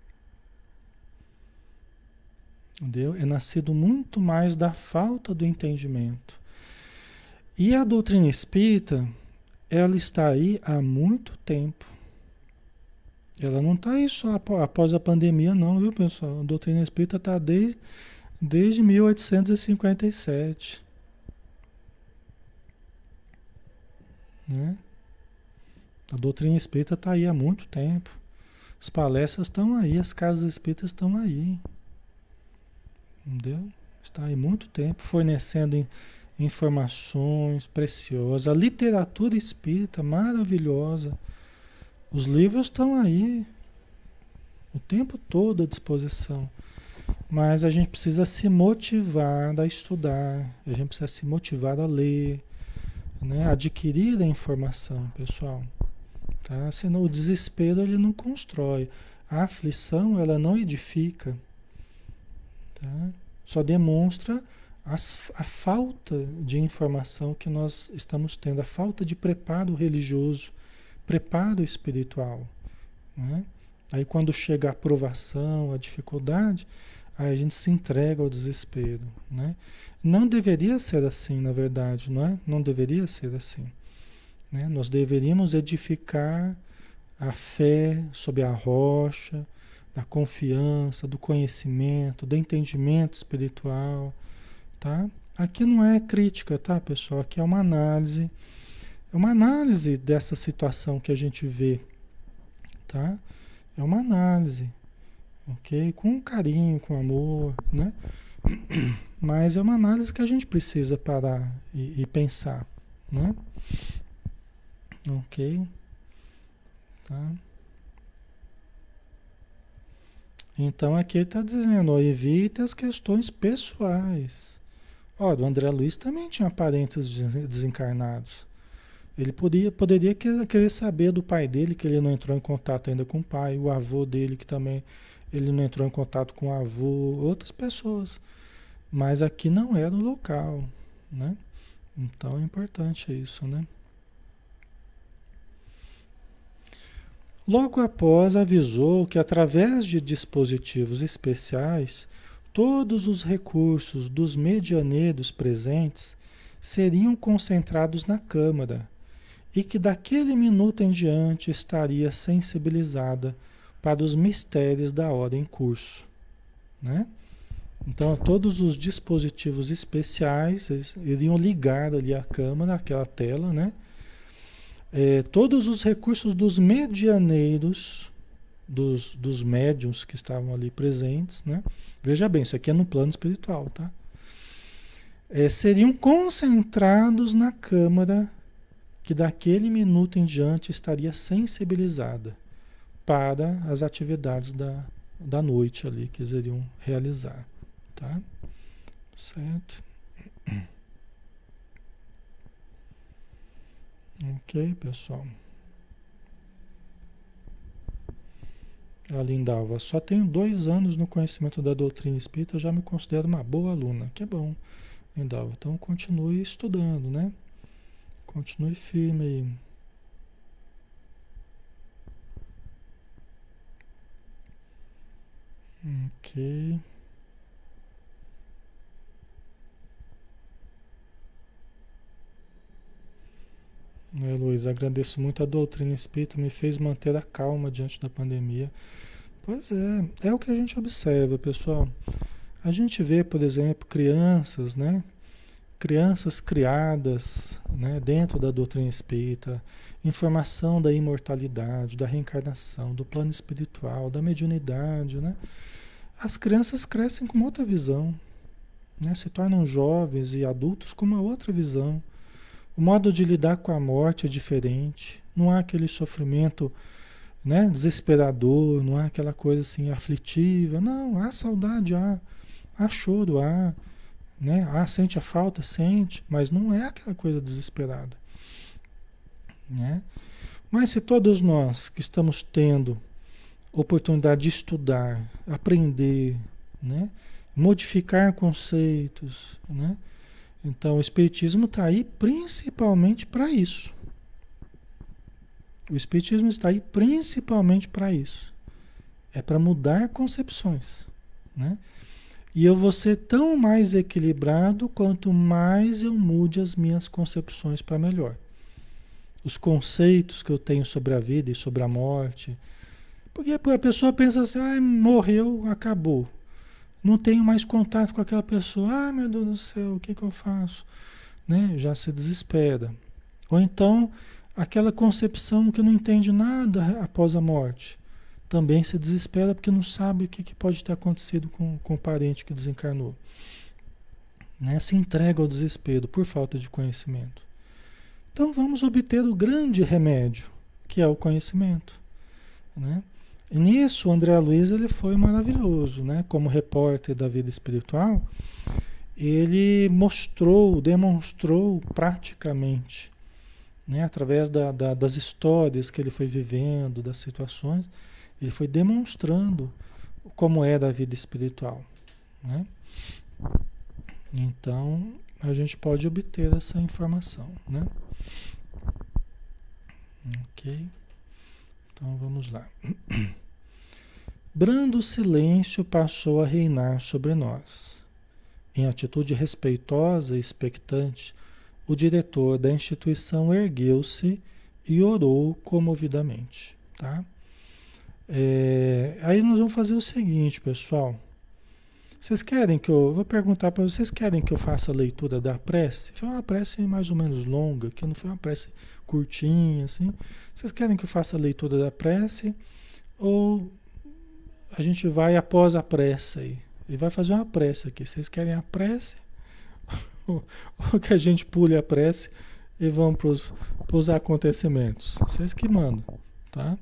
Entendeu? É nascido muito mais da falta do entendimento. E a doutrina espírita, ela está aí há muito tempo. Ela não está aí só após a pandemia, não, viu, pessoal? A doutrina espírita está desde, desde mil oitocentos e cinquenta e sete. Né? A doutrina espírita está aí há muito tempo. As palestras estão aí, as casas espíritas estão aí. Entendeu? Está aí há muito tempo fornecendo in- informações preciosas. A literatura espírita maravilhosa. Os livros estão aí o tempo todo à disposição. Mas a gente precisa se motivar a estudar, a gente precisa se motivar a ler, né? Adquirir a informação, pessoal. Tá? Senão o desespero ele não constrói. A aflição ela não edifica. Tá? Só demonstra as, a falta de informação que nós estamos tendo, a falta de preparo religioso, preparo espiritual. Né? Aí quando chega a provação, a dificuldade, aí a gente se entrega ao desespero. Né? Não deveria ser assim, na verdade, não é? Não deveria ser assim. Né? Nós deveríamos edificar a fé sob a rocha, da confiança, do conhecimento, do entendimento espiritual, tá? Aqui não é crítica, tá, pessoal? Aqui é uma análise, é uma análise dessa situação que a gente vê, tá? É uma análise, ok? Com carinho, com amor, né? Mas é uma análise que a gente precisa parar e, e pensar, né? Ok, tá? Então aqui ele está dizendo, ó, evite as questões pessoais. Ó, o André Luiz também tinha parentes des- desencarnados. Ele podia, poderia que- querer saber do pai dele, que ele não entrou em contato ainda com o pai, o avô dele, que também ele não entrou em contato com o avô, outras pessoas. Mas aqui não era o local, né? Então é importante isso, né? Logo após, avisou que, através de dispositivos especiais, todos os recursos dos medianeiros presentes seriam concentrados na Câmara e que, daquele minuto em diante, estaria sensibilizada para os mistérios da hora em curso. Né? Então, todos os dispositivos especiais eles iriam ligar ali a Câmara, aquela tela, né? É, todos os recursos dos medianeiros, dos, dos médiuns que estavam ali presentes, né? Veja bem, isso aqui é no plano espiritual, tá? É, seriam concentrados na câmara que daquele minuto em diante estaria sensibilizada para as atividades da, da noite ali que eles iriam realizar, tá? Certo? Ok, pessoal. A Lindalva, só tenho dois anos no conhecimento da doutrina espírita, eu já me considero uma boa aluna. Que bom, Lindalva. Então continue estudando, né? Continue firme aí. Ok. Né, Luiz, agradeço muito a doutrina espírita, me fez manter a calma diante da pandemia. Pois é, é o que a gente observa, pessoal. A gente vê, por exemplo, crianças, né? Crianças criadas, né, dentro da doutrina espírita, informação da imortalidade, da reencarnação, do plano espiritual, da mediunidade, né? As crianças crescem com uma outra visão, né? Se tornam jovens e adultos com uma outra visão. O modo de lidar com a morte é diferente. Não há aquele sofrimento, né, desesperador, não há aquela coisa assim aflitiva. Não, há saudade, há, há choro, há, né? Ah, sente a falta, sente, mas não é aquela coisa desesperada, né? Mas se todos nós que estamos tendo oportunidade de estudar, aprender, né, modificar conceitos, né? Então o Espiritismo está aí principalmente para isso. O Espiritismo está aí principalmente para isso. É para mudar concepções, né? E eu vou ser tão mais equilibrado quanto mais eu mude as minhas concepções para melhor. Os conceitos que eu tenho sobre a vida e sobre a morte. Porque a pessoa pensa assim, ah, morreu, acabou. Não tenho mais contato com aquela pessoa. Ah, meu Deus do céu, o que, que eu faço? Né? Já se desespera. Ou então, aquela concepção que não entende nada após a morte. Também se desespera porque não sabe o que, que pode ter acontecido com, com o parente que desencarnou. Né? Se entrega ao desespero por falta de conhecimento. Então vamos obter o grande remédio, que é o conhecimento. Né? E nisso o André Luiz ele foi maravilhoso, né? Como repórter da vida espiritual, ele mostrou, demonstrou praticamente, né? Através da, da, das histórias que ele foi vivendo, das situações, ele foi demonstrando como é da vida espiritual, né? Então, a gente pode obter essa informação, né? Ok? Então, vamos lá. Brando silêncio passou a reinar sobre nós. Em atitude respeitosa e expectante, o diretor da instituição ergueu-se e orou comovidamente, tá? É, aí nós vamos fazer o seguinte, pessoal. Vocês querem que eu... Vou perguntar para vocês, querem que eu faça a leitura da prece? Foi uma prece mais ou menos longa, que não foi uma prece curtinha, assim. Vocês querem que eu faça a leitura da prece? Ou a gente vai após a prece aí? Ele vai fazer uma prece aqui. Vocês querem a prece? Ou, ou que a gente pule a prece e vamos para os acontecimentos? Vocês que mandam, tá?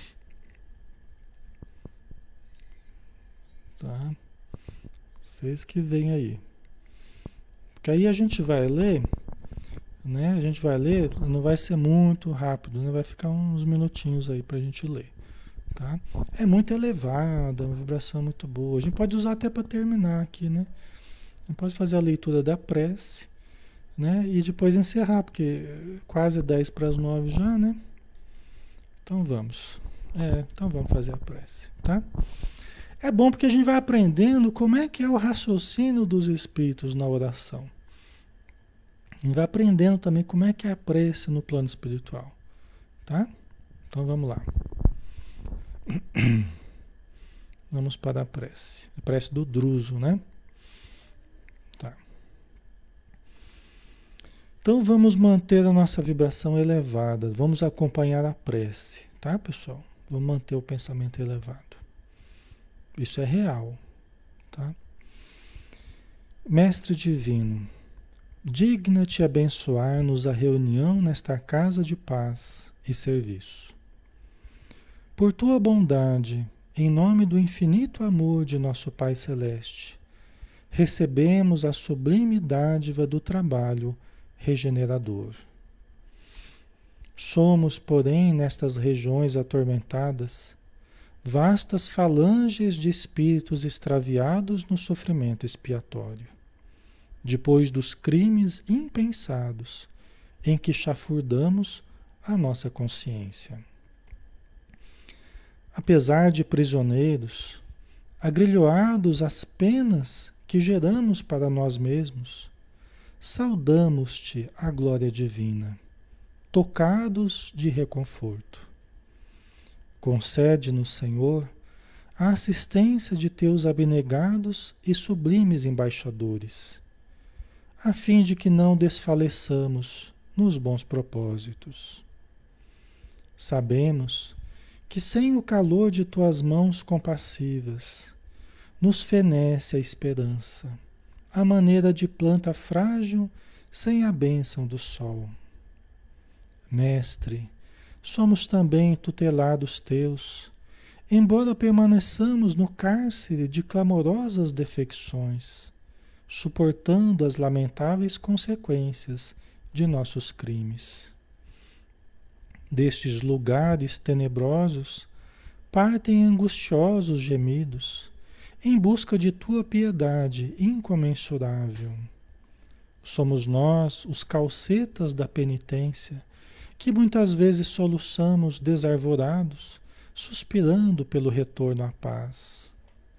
Tá? Vocês que vêm aí. Porque aí a gente vai ler, né? A gente vai ler, não vai ser muito rápido, né? Vai ficar uns minutinhos aí pra gente ler, tá? É muito elevada, uma vibração muito boa. A gente pode usar até para terminar aqui, né? A gente pode fazer a leitura da prece, né? E depois encerrar, porque quase dez para as nove já, né? Então vamos. É, então vamos fazer a prece, tá? É bom porque a gente vai aprendendo como é que é o raciocínio dos espíritos na oração. A gente vai aprendendo também como é que é a prece no plano espiritual, tá? Então vamos lá. Vamos para a prece. A prece do Druso, né? Tá. Então vamos manter a nossa vibração elevada. Vamos acompanhar a prece, tá, pessoal? Vamos manter o pensamento elevado. Isso é real, tá? Mestre divino, digna-te abençoar-nos a reunião nesta casa de paz e serviço. Por tua bondade, em nome do infinito amor de nosso Pai Celeste, recebemos a sublime dádiva do trabalho regenerador. Somos, porém, nestas regiões atormentadas, vastas falanges de espíritos extraviados no sofrimento expiatório, depois dos crimes impensados em que chafurdamos a nossa consciência. Apesar de prisioneiros, agrilhoados às penas que geramos para nós mesmos, saudamos-te a glória divina tocados de reconforto. Concede-nos, Senhor, a assistência de teus abnegados e sublimes embaixadores, a fim de que não desfaleçamos nos bons propósitos. Sabemos que sem o calor de tuas mãos compassivas nos fenece a esperança, à maneira de planta frágil sem a bênção do sol. Mestre, somos também tutelados teus, embora permaneçamos no cárcere de clamorosas defecções, suportando as lamentáveis consequências de nossos crimes. Destes lugares tenebrosos partem angustiosos gemidos, em busca de tua piedade incomensurável. Somos nós, os calcetas da penitência, que muitas vezes soluçamos desarvorados, suspirando pelo retorno à paz.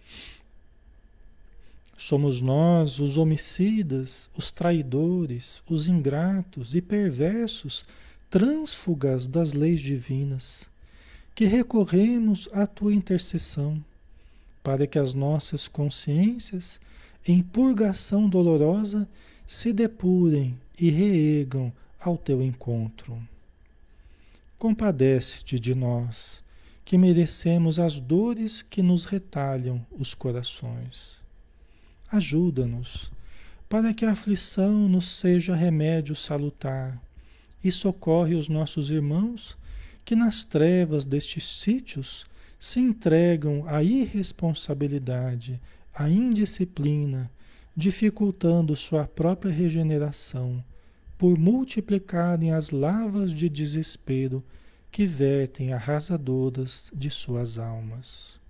Somos nós, os homicidas, os traidores, os ingratos e perversos trânsfugas das leis divinas, que recorremos à tua intercessão, para que as nossas consciências, em purgação dolorosa, se depurem e reergam ao teu encontro. Compadece-te de nós, que merecemos as dores que nos retalham os corações. Ajuda-nos, para que a aflição nos seja remédio salutar, e socorre os nossos irmãos que nas trevas destes sítios se entregam à irresponsabilidade, à indisciplina, dificultando sua própria regeneração, por multiplicarem as lavas de desespero que vertem arrasadoras de suas almas.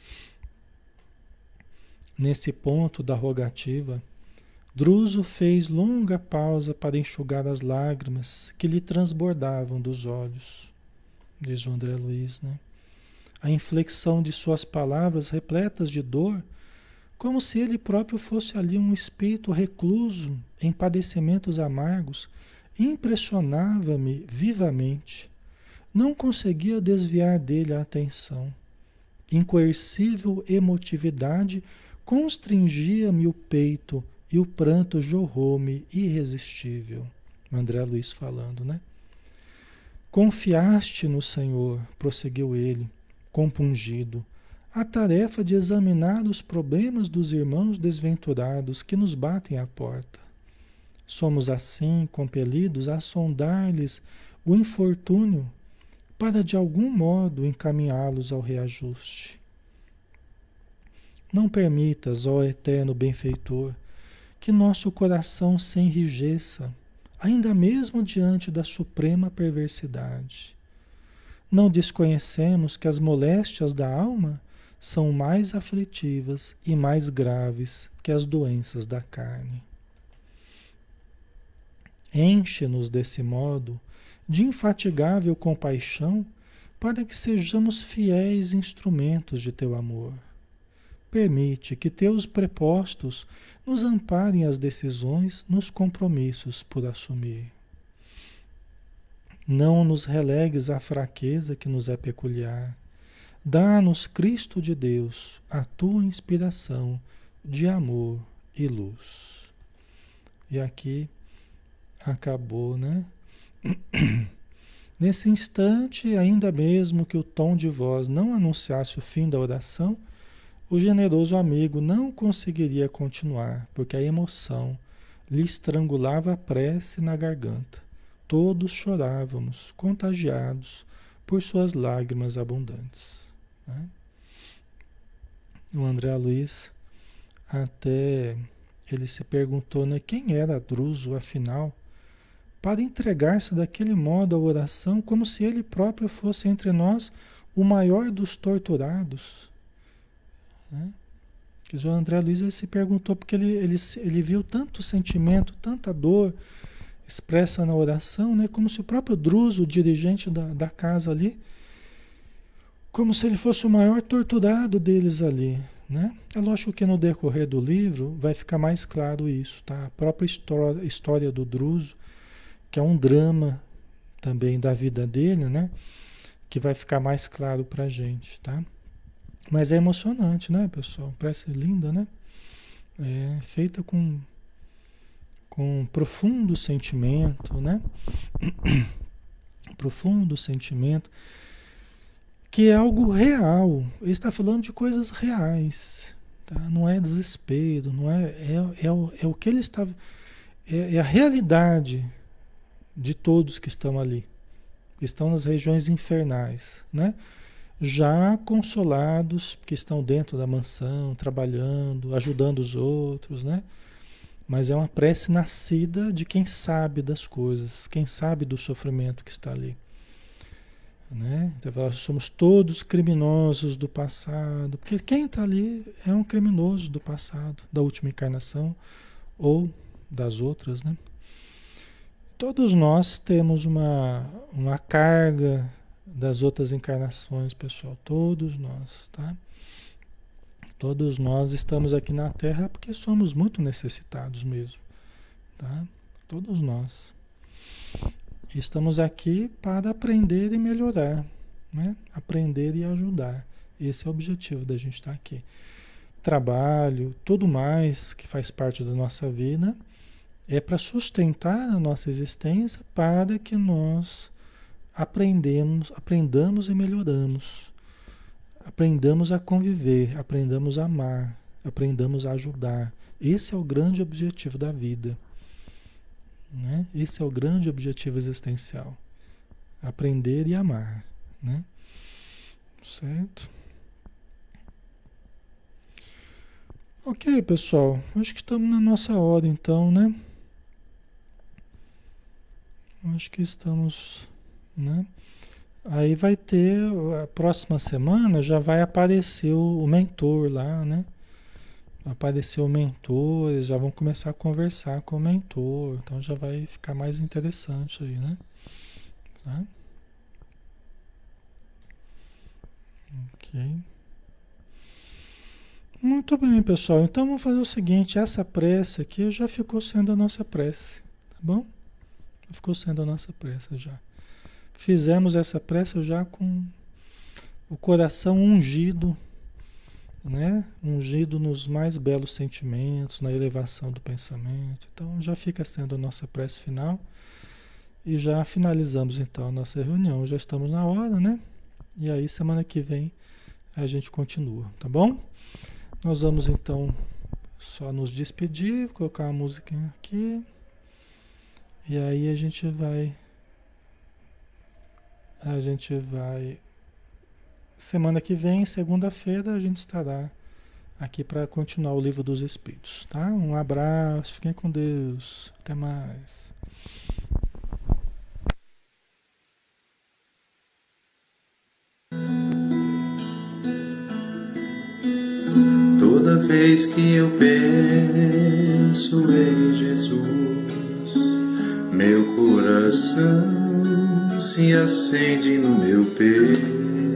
Nesse ponto da rogativa, Druso fez longa pausa para enxugar as lágrimas que lhe transbordavam dos olhos, diz o André Luiz, né? A inflexão de suas palavras repletas de dor, como se ele próprio fosse ali um espírito recluso em padecimentos amargos, impressionava-me vivamente. Não conseguia desviar dele a atenção. Incoercível emotividade constringia-me o peito e o pranto jorrou-me irresistível. André Luiz falando, né? Confiaste no Senhor, prosseguiu ele, compungido, a tarefa de examinar os problemas dos irmãos desventurados que nos batem à porta. Somos assim compelidos a sondar-lhes o infortúnio para de algum modo encaminhá-los ao reajuste. Não permitas, ó eterno benfeitor, que nosso coração se enrijeça, ainda mesmo diante da suprema perversidade. Não desconhecemos que as moléstias da alma são mais aflitivas e mais graves que as doenças da carne. Enche-nos desse modo de infatigável compaixão para que sejamos fiéis instrumentos de teu amor. Permite que teus prepostos nos amparem as decisões nos compromissos por assumir. Não nos relegues à fraqueza que nos é peculiar. Dá-nos, Cristo de Deus, a tua inspiração de amor e luz. E aqui acabou, né? Nesse instante, ainda mesmo que o tom de voz não anunciasse o fim da oração, o generoso amigo não conseguiria continuar, porque a emoção lhe estrangulava a prece na garganta. Todos chorávamos, contagiados por suas lágrimas abundantes, né? O André Luiz até ele se perguntou, né, quem era Druso, afinal, para entregar-se daquele modo à oração, como se ele próprio fosse entre nós o maior dos torturados, né? Quer dizer, o André Luiz ele se perguntou porque ele, ele, ele viu tanto sentimento, tanta dor expressa na oração, né? Como se o próprio Druso, o dirigente da, da casa ali, como se ele fosse o maior torturado deles ali, né? É lógico que no decorrer do livro vai ficar mais claro isso, tá? A própria história, história do Druso, que é um drama também da vida dele, né? Que vai ficar mais claro pra gente, tá? Mas é emocionante, né, pessoal? Prece linda, né? É feita com, com profundo sentimento, né? Profundo sentimento, que é algo real. Ele está falando de coisas reais, tá? Não é desespero, não é, é, é, o, é o que ele está, é, é a realidade de todos que estão ali, que estão nas regiões infernais, né? Já consolados, que estão dentro da mansão, trabalhando, ajudando os outros, né? Mas é uma prece nascida de quem sabe das coisas, quem sabe do sofrimento que está ali. Né? Então, nós somos todos criminosos do passado, porque quem está ali é um criminoso do passado, da última encarnação ou das outras, né? Todos nós temos uma, uma carga das outras encarnações, pessoal, todos nós, tá? Todos nós estamos aqui na Terra porque somos muito necessitados mesmo, tá? Todos nós. Estamos aqui para aprender e melhorar, né? Aprender e ajudar. Esse é o objetivo da gente estar aqui. Trabalho, tudo mais que faz parte da nossa vida é para sustentar a nossa existência para que nós aprendemos, aprendamos e melhoramos. Aprendamos a conviver, aprendamos a amar, aprendamos a ajudar. Esse é o grande objetivo da vida. Né? Esse é o grande objetivo existencial. Aprender e amar. Né? Certo? Ok, pessoal. Acho que estamos na nossa hora, então, né? Acho que estamos... Né? Aí vai ter, a próxima semana já vai aparecer o, o mentor lá, né? Apareceu o mentor, eles já vão começar a conversar com o mentor, então já vai ficar mais interessante aí, né? Tá? Ok. Muito bem, pessoal. Então vamos fazer o seguinte, essa prece aqui já ficou sendo a nossa prece, tá bom? Ficou sendo a nossa prece já. Fizemos essa prece já com o coração ungido, né? Ungido nos mais belos sentimentos, na elevação do pensamento. Então já fica sendo a nossa prece final e já finalizamos então a nossa reunião. Já estamos na hora, né? E aí semana que vem a gente continua, tá bom? Nós vamos então só nos despedir, colocar uma musiquinha aqui e aí a gente vai a gente vai semana que vem, segunda-feira, a gente estará aqui para continuar o Livro dos Espíritos, tá? Um abraço, fiquem com Deus, até mais. Toda vez que eu penso em Jesus, meu coração se acende no meu peito.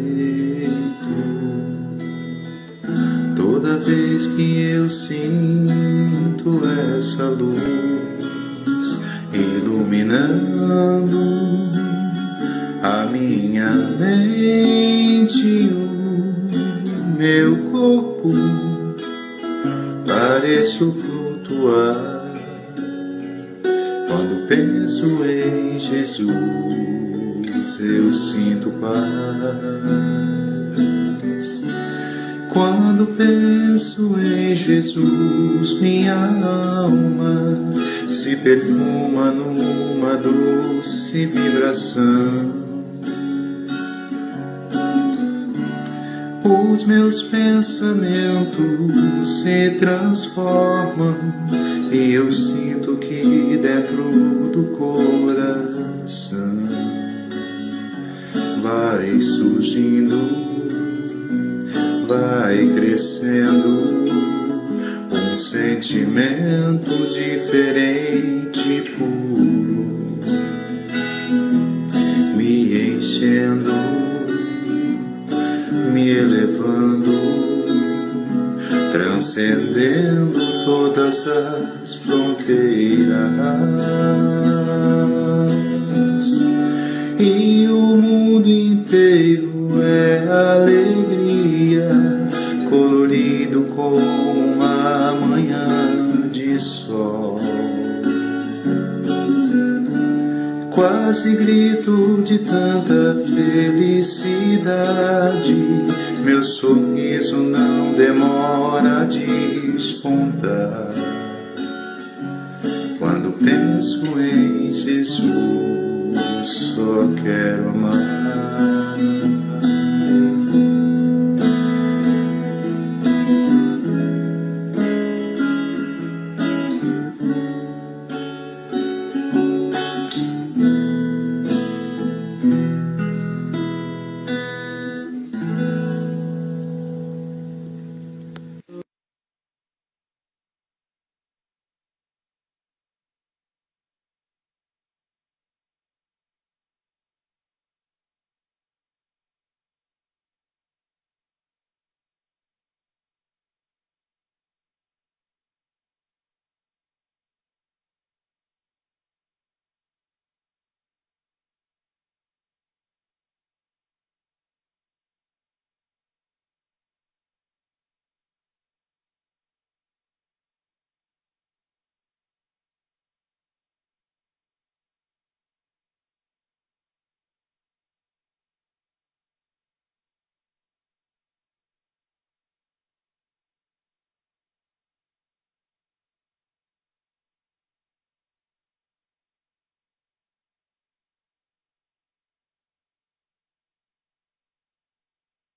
Toda vez que eu sinto essa luz iluminando a minha mente, o meu corpo, pareço flutuar. Quando penso em Jesus, eu sinto paz. Quando penso em Jesus, minha alma se perfuma numa doce vibração. Os meus pensamentos se transformam e eu sinto que dentro do coração vai surgindo, vai crescendo um sentimento diferente, puro, me enchendo, me elevando, transcendendo todas as fronteiras. inteiro é alegria, colorido como uma manhã de sol. Quase grito de tanta felicidade, meu sorriso não demora a despontar. Quando penso em Jesus, só quero amar.